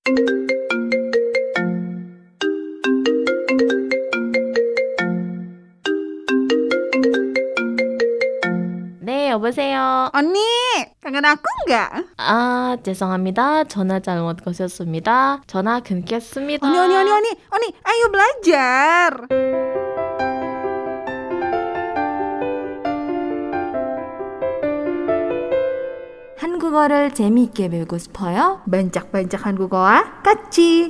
네, 여보세요. Oni, kangen aku nggak? 죄송합니다. 전화 잘못 거셨습니다. 전화 끊겠습니다. Oni, ayo belajar. 한국어를 재미있게 배우고 싶어요? Banyak-banyak 한국어와 같이.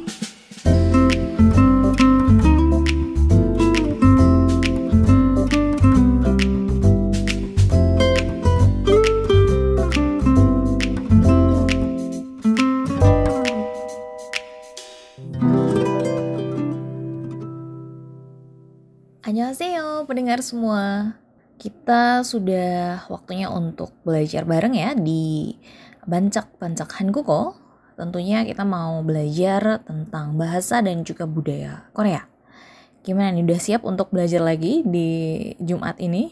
Annyeonghaseyo, pendengar semua. Kita sudah waktunya untuk belajar bareng ya di Bancak-Bancak Hangugo. Tentunya kita mau belajar tentang bahasa dan juga budaya Korea. Gimana nih, udah siap untuk belajar lagi di Jumat ini?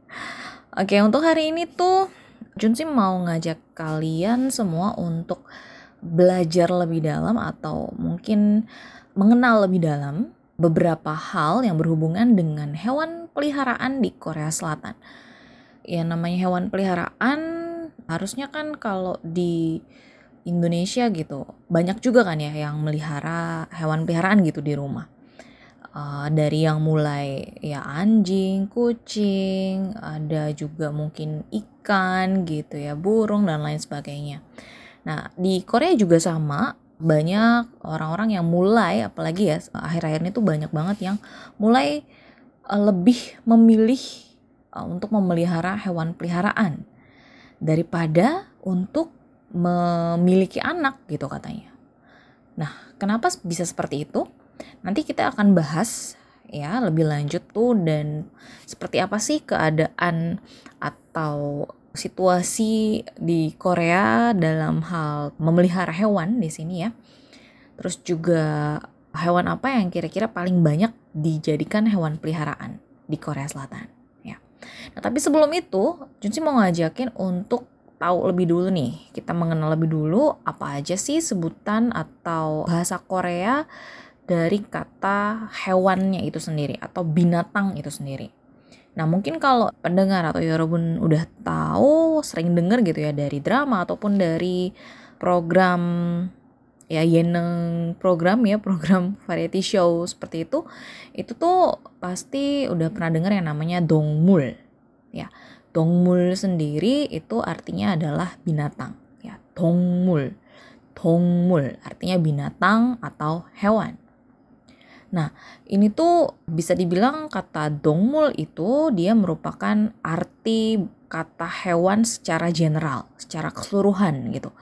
Oke, untuk hari ini tuh Junsim mau ngajak kalian semua untuk belajar lebih dalam atau mungkin mengenal lebih dalam beberapa hal yang berhubungan dengan hewan peliharaan di Korea Selatan. Ya, namanya hewan peliharaan harusnya kan kalau di Indonesia gitu banyak juga kan ya yang melihara hewan peliharaan gitu di rumah. Dari yang mulai ya anjing, kucing, ada juga mungkin ikan gitu ya, burung dan lain sebagainya. Nah, di Korea juga sama. Banyak orang-orang yang mulai, apalagi ya akhir-akhir ini tuh banyak banget yang mulai lebih memilih untuk memelihara hewan peliharaan daripada untuk memiliki anak gitu katanya. Nah, kenapa bisa seperti itu? Nanti kita akan bahas ya lebih lanjut tuh, dan seperti apa sih keadaan atau situasi di Korea dalam hal memelihara hewan di sini ya. Terus juga hewan apa yang kira-kira paling banyak dijadikan hewan peliharaan di Korea Selatan ya. Nah, tapi sebelum itu, Junsi mau ngajakin untuk tahu lebih dulu nih. Kita mengenal lebih dulu apa aja sih sebutan atau bahasa Korea dari kata hewannya itu sendiri atau binatang itu sendiri. Nah, mungkin kalau pendengar atau Yorobun udah tahu, sering dengar gitu ya dari drama ataupun dari program ya Yeneng program variety show seperti itu tuh pasti udah pernah dengar yang namanya dongmul. Ya, dongmul sendiri itu artinya adalah binatang. Ya, dongmul artinya binatang atau hewan. Nah, ini tuh bisa dibilang kata dongmul itu dia merupakan arti kata hewan secara general, secara keseluruhan gitu.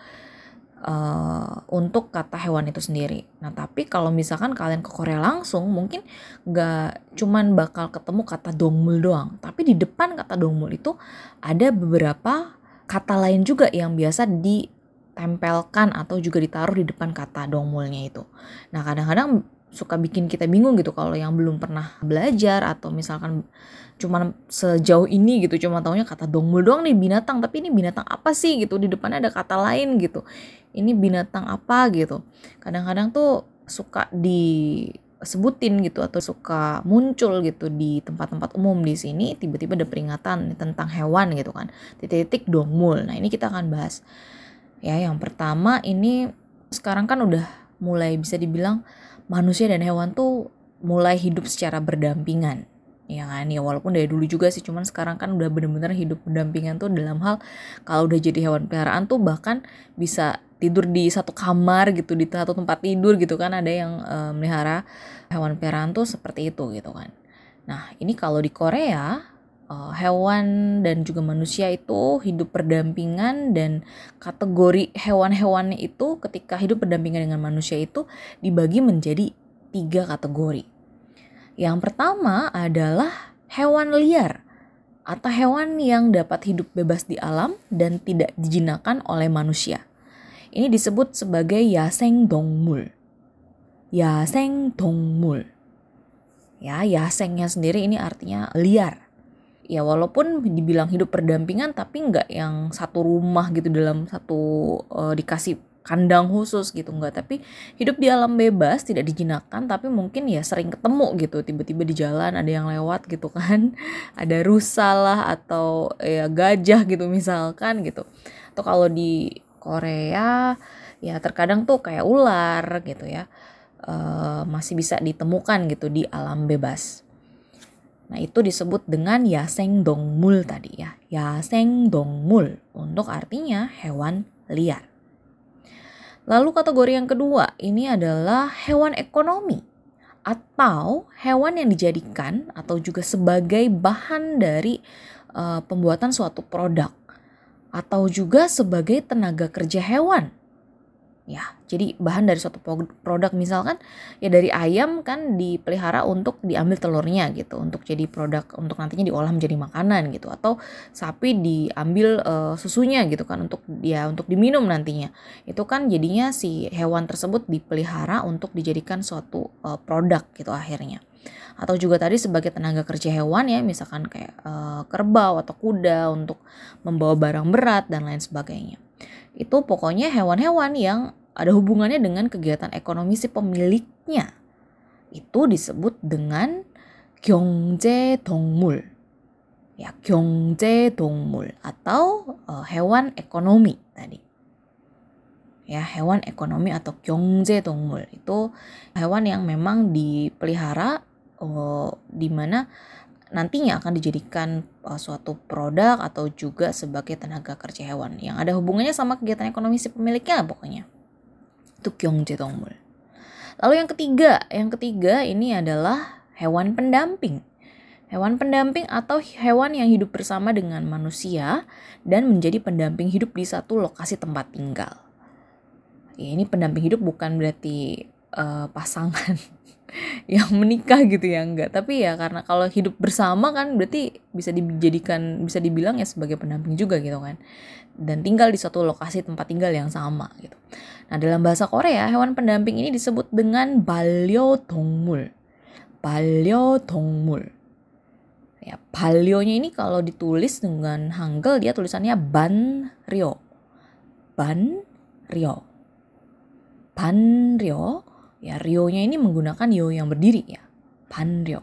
Untuk kata hewan itu sendiri. Nah, tapi kalau misalkan kalian ke Korea langsung, mungkin gak cuman bakal ketemu kata dongmul doang. Tapi di depan kata dongmul itu ada beberapa kata lain juga yang biasa ditempelkan atau juga ditaruh di depan kata dongmulnya itu. Nah, kadang-kadang suka bikin kita bingung gitu kalau yang belum pernah belajar atau misalkan cuman sejauh ini gitu cuma taunya kata dongmul doang nih binatang, tapi ini binatang apa sih gitu, di depannya ada kata lain gitu, ini binatang apa gitu. Kadang-kadang tuh suka disebutin gitu atau suka muncul gitu di tempat-tempat umum di sini, tiba-tiba ada peringatan tentang hewan gitu kan, titik-titik dongmul. Nah, ini kita akan bahas ya. Yang pertama ini sekarang kan udah mulai bisa dibilang manusia dan hewan tuh mulai hidup secara berdampingan, ya kan? Ya walaupun dari dulu juga sih, cuman sekarang kan udah bener-bener hidup berdampingan tuh dalam hal kalau udah jadi hewan peliharaan tuh bahkan bisa tidur di satu kamar gitu, di satu tempat tidur gitu kan. Ada yang melihara hewan peliharaan tuh seperti itu gitu kan. Nah, ini kalau di Korea hewan dan juga manusia itu hidup berdampingan, dan kategori hewan-hewannya itu ketika hidup berdampingan dengan manusia itu dibagi menjadi 3 kategori. Yang pertama adalah hewan liar atau hewan yang dapat hidup bebas di alam dan tidak dijinakkan oleh manusia. Ini disebut sebagai 야생동물. 야생동물. Ya, yasengnya sendiri ini artinya liar. Ya walaupun dibilang hidup berdampingan tapi nggak yang satu rumah gitu dalam satu dikasih kandang khusus gitu, enggak, tapi hidup di alam bebas, tidak dijinakkan, tapi mungkin ya sering ketemu gitu, tiba-tiba di jalan ada yang lewat gitu kan, ada rusa lah atau ya gajah gitu misalkan gitu. Atau kalau di Korea ya terkadang tuh kayak ular gitu ya, masih bisa ditemukan gitu di alam bebas. Nah, itu disebut dengan 야생동물 tadi ya. 야생동물 untuk artinya hewan liar. Lalu kategori yang kedua, ini adalah hewan ekonomi atau hewan yang dijadikan atau juga sebagai bahan dari pembuatan suatu produk atau juga sebagai tenaga kerja hewan. Ya, jadi bahan dari suatu produk, misalkan ya dari ayam kan dipelihara untuk diambil telurnya gitu, untuk jadi produk, untuk nantinya diolah menjadi makanan gitu, atau sapi diambil susunya gitu kan untuk diminum nantinya. Itu kan jadinya si hewan tersebut dipelihara untuk dijadikan suatu produk gitu akhirnya. Atau juga tadi sebagai tenaga kerja hewan ya, misalkan kayak kerbau atau kuda untuk membawa barang berat dan lain sebagainya. Itu pokoknya hewan-hewan yang ada hubungannya dengan kegiatan ekonomi si pemiliknya. Itu disebut dengan 경제동물. Ya, 경제동물 atau hewan ekonomi tadi. Ya, hewan ekonomi atau 경제동물 itu hewan yang memang dipelihara di mana nantinya akan dijadikan suatu produk atau juga sebagai tenaga kerja hewan yang ada hubungannya sama kegiatan ekonomi si pemiliknya pokoknya. Itu 경제동물. Lalu yang ketiga ini adalah hewan pendamping. Hewan pendamping atau hewan yang hidup bersama dengan manusia dan menjadi pendamping hidup di satu lokasi tempat tinggal. Ya, ini pendamping hidup bukan berarti pasangan yang menikah gitu ya, enggak, tapi ya karena kalau hidup bersama kan berarti bisa dibilang ya sebagai pendamping juga gitu kan, dan tinggal di suatu lokasi tempat tinggal yang sama gitu. Nah, dalam bahasa Korea hewan pendamping ini disebut dengan 반려동물. 반려동물. Ya, 반려nya ini kalau ditulis dengan Hangul dia tulisannya 반려. 반려. 반려. Ya, ryonya ini menggunakan yo yang berdiri ya. 반려.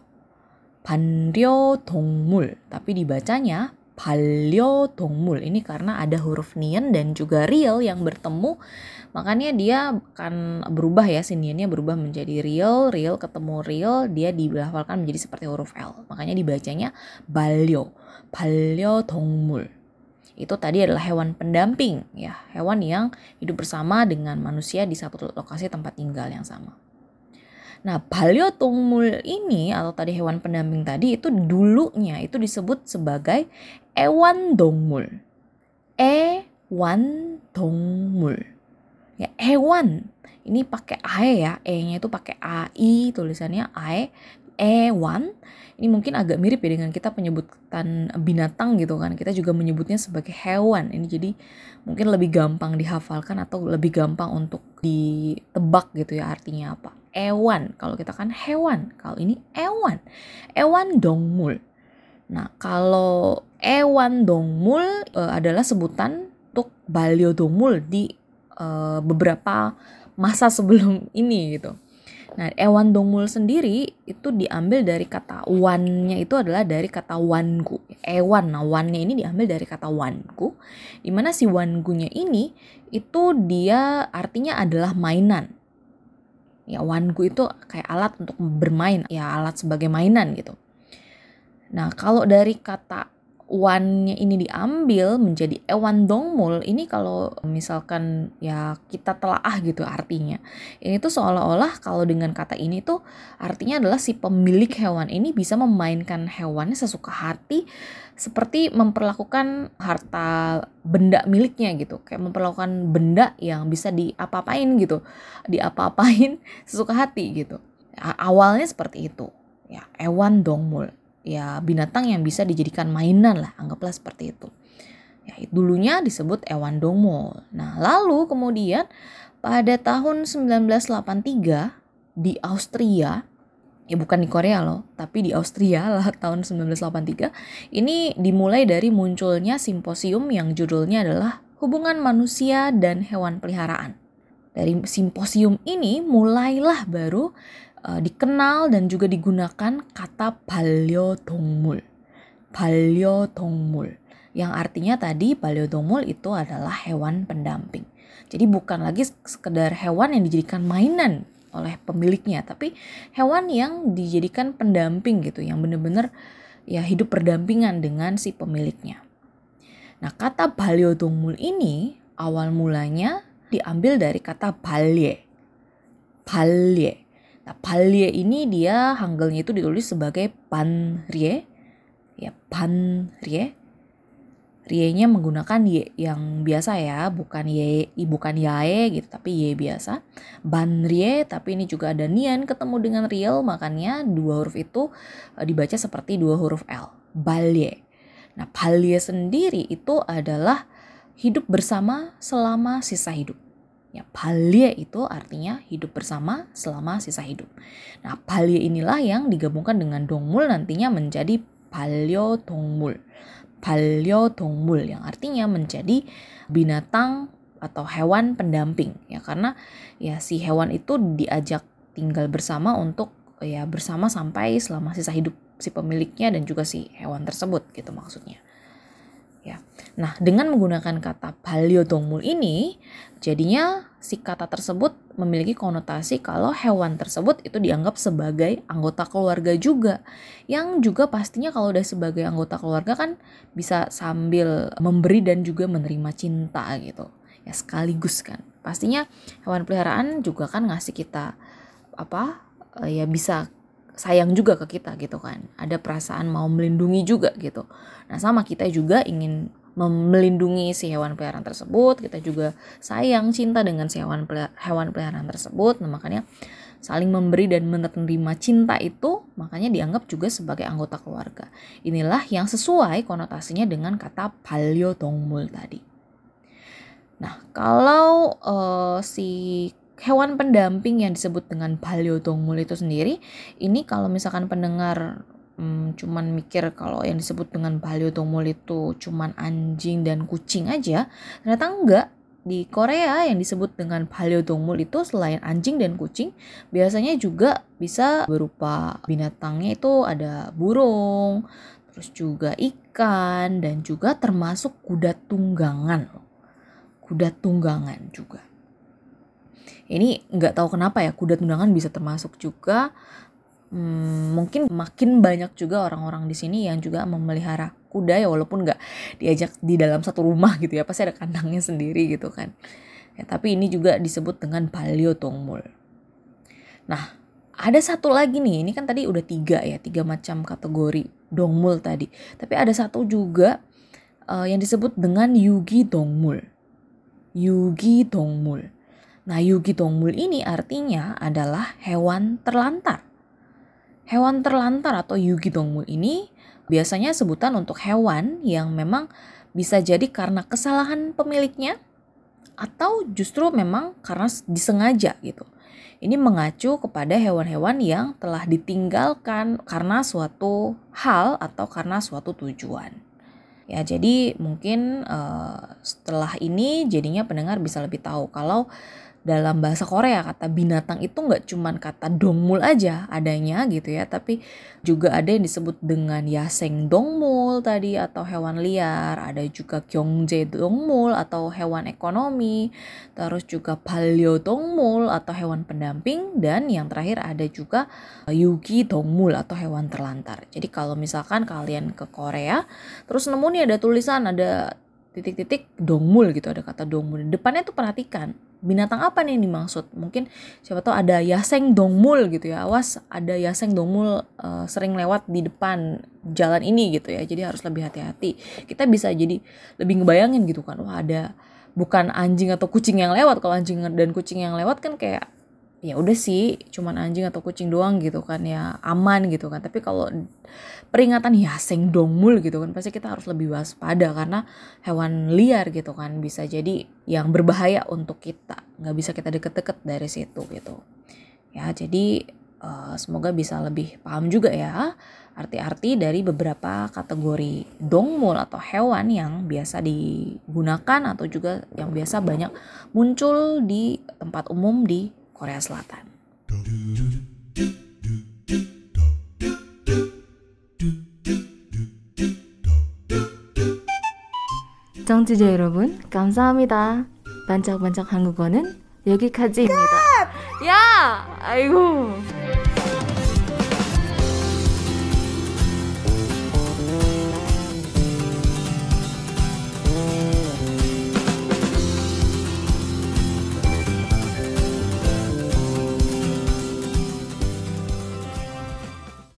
반려동물. Tapi dibacanya 반려동물. Ini karena ada huruf nian dan juga real yang bertemu. Makanya dia akan berubah ya. Siniannya berubah menjadi real. Real ketemu real. Dia dilafalkan menjadi seperti huruf L. Makanya dibacanya 반려. 반려동물. Itu tadi adalah hewan pendamping ya, hewan yang hidup bersama dengan manusia di satu lokasi tempat tinggal yang sama. Nah, 반려동물 ini atau tadi hewan pendamping tadi itu dulunya itu disebut sebagai 애완동물. 애완동물. Ya, hewan. Ini pakai ae ya, e-nya itu pakai ai tulisannya ae. Ewan ini mungkin agak mirip ya dengan kita penyebutan binatang gitu kan, kita juga menyebutnya sebagai hewan. Ini jadi mungkin lebih gampang dihafalkan atau lebih gampang untuk ditebak gitu ya artinya apa. Ewan kalau kita kan hewan, kalau ini ewan. 애완동물. Nah, kalau 애완동물 adalah sebutan untuk 반려동물 di beberapa masa sebelum ini gitu. Nah, 애완동물 sendiri itu diambil dari kata wan-nya itu adalah dari kata wangu. Ewan, nah wan-nya ini diambil dari kata wangu. Di mana si wangu-nya ini itu dia artinya adalah mainan. Ya, wangu itu kayak alat untuk bermain, ya alat sebagai mainan gitu. Nah, kalau dari kata wan-nya ini diambil menjadi 애완동물, ini kalau misalkan ya kita telaah gitu artinya. Ini tuh seolah-olah kalau dengan kata ini tuh artinya adalah si pemilik hewan ini bisa memainkan hewannya sesuka hati seperti memperlakukan harta benda miliknya gitu. Kayak memperlakukan benda yang bisa diapa-apain gitu. Diapa-apain sesuka hati gitu. Awalnya seperti itu. Ya, 애완동물. Ya, binatang yang bisa dijadikan mainan lah, anggaplah seperti itu. Ya, dulunya disebut 애완동물. Nah, lalu kemudian pada tahun 1983 di Austria, ya bukan di Korea loh, tapi di Austria lah tahun 1983, ini dimulai dari munculnya simposium yang judulnya adalah Hubungan Manusia dan Hewan Peliharaan. Dari simposium ini mulailah baru dikenal dan juga digunakan kata 반려동물. 반려동물. Yang artinya tadi 반려동물 itu adalah hewan pendamping. Jadi bukan lagi sekedar hewan yang dijadikan mainan oleh pemiliknya, tapi hewan yang dijadikan pendamping gitu, yang benar-benar ya hidup berdampingan dengan si pemiliknya. Nah, kata 반려동물 ini awal mulanya diambil dari kata 발예. 발예. Nah, 발예 ini dia Hangulnya itu ditulis sebagai 반rye. Ya, 반rye. Rie-nya menggunakan y yang biasa ya, bukan yae gitu, tapi y biasa. Banrie, tapi ini juga ada nian ketemu dengan riel, makanya dua huruf itu dibaca seperti dua huruf L. Balye. Nah, balye sendiri itu adalah hidup bersama selama sisa hidup. Ya, balye itu artinya hidup bersama selama sisa hidup. Nah, balye inilah yang digabungkan dengan dongmul nantinya menjadi 반려동물. 반려동물 yang artinya menjadi binatang atau hewan pendamping ya, karena ya si hewan itu diajak tinggal bersama untuk ya bersama sampai selama sisa hidup si pemiliknya dan juga si hewan tersebut gitu maksudnya. Ya. Nah, dengan menggunakan kata 반려동물 ini, jadinya si kata tersebut memiliki konotasi kalau hewan tersebut itu dianggap sebagai anggota keluarga juga. Yang juga pastinya kalau udah sebagai anggota keluarga kan bisa sambil memberi dan juga menerima cinta gitu. Ya sekaligus kan. Pastinya hewan peliharaan juga kan ngasih kita ya bisa sayang juga ke kita gitu kan. Ada perasaan mau melindungi juga gitu. Nah, sama kita juga ingin melindungi si hewan peliharaan tersebut, kita juga sayang cinta dengan si hewan peliharaan tersebut. Nah, makanya saling memberi dan menerima cinta itu makanya dianggap juga sebagai anggota keluarga. Inilah yang sesuai konotasinya dengan kata 반려동물 tadi. Nah, kalau si hewan pendamping yang disebut dengan 반려동물 itu sendiri, ini kalau misalkan pendengar cuman mikir kalau yang disebut dengan 반려동물 itu cuman anjing dan kucing aja, ternyata enggak. Di Korea yang disebut dengan 반려동물 itu selain anjing dan kucing, biasanya juga bisa berupa binatangnya itu ada burung, terus juga ikan, dan juga termasuk kuda tunggangan. Kuda tunggangan juga. Ini nggak tahu kenapa ya kuda tunggangan bisa termasuk juga. Mungkin makin banyak juga orang-orang di sini yang juga memelihara kuda ya, walaupun nggak diajak di dalam satu rumah gitu ya, pasti ada kandangnya sendiri gitu kan. Ya, tapi ini juga disebut dengan 반려동물. Nah, ada satu lagi nih, ini kan tadi udah 3 macam kategori dongmul tadi. Tapi ada satu juga yang disebut dengan 유기동물. 유기동물. Nah, 유기동물 ini artinya adalah hewan terlantar. Hewan terlantar atau 유기동물 ini biasanya sebutan untuk hewan yang memang bisa jadi karena kesalahan pemiliknya atau justru memang karena disengaja gitu. Ini mengacu kepada hewan-hewan yang telah ditinggalkan karena suatu hal atau karena suatu tujuan. Ya, jadi mungkin setelah ini jadinya pendengar bisa lebih tahu kalau dalam bahasa Korea kata binatang itu nggak cuman kata dongmul aja adanya gitu ya, tapi juga ada yang disebut dengan yaseng dongmul tadi atau hewan liar, ada juga gyongje dongmul atau hewan ekonomi, terus juga balyo dongmul atau hewan pendamping, dan yang terakhir ada juga yugi dongmul atau hewan terlantar. Jadi kalau misalkan kalian ke Korea terus nemu nih ada tulisan ada titik-titik dongmul gitu, ada kata dongmul depannya tuh perhatikan binatang apa nih yang dimaksud. Mungkin siapa tahu ada yaseng dongmul gitu ya, awas ada yaseng dongmul sering lewat di depan jalan ini gitu ya, jadi harus lebih hati-hati. Kita bisa jadi lebih ngebayangin gitu kan, wah ada bukan anjing atau kucing yang lewat. Kalau anjing dan kucing yang lewat kan kayak ya udah sih cuman anjing atau kucing doang gitu kan ya, aman gitu kan. Tapi kalau peringatan yaseng dongmul gitu kan pasti kita harus lebih waspada karena hewan liar gitu kan, bisa jadi yang berbahaya untuk kita, nggak bisa kita deket-deket dari situ gitu ya. Jadi semoga bisa lebih paham juga ya arti-arti dari beberapa kategori dongmul atau hewan yang biasa digunakan atau juga yang biasa banyak muncul di tempat umum di Korea Selatan. 청취자 여러분, 감사합니다. 반짝반짝 한국어는 여기까지입니다. 야! 아이고.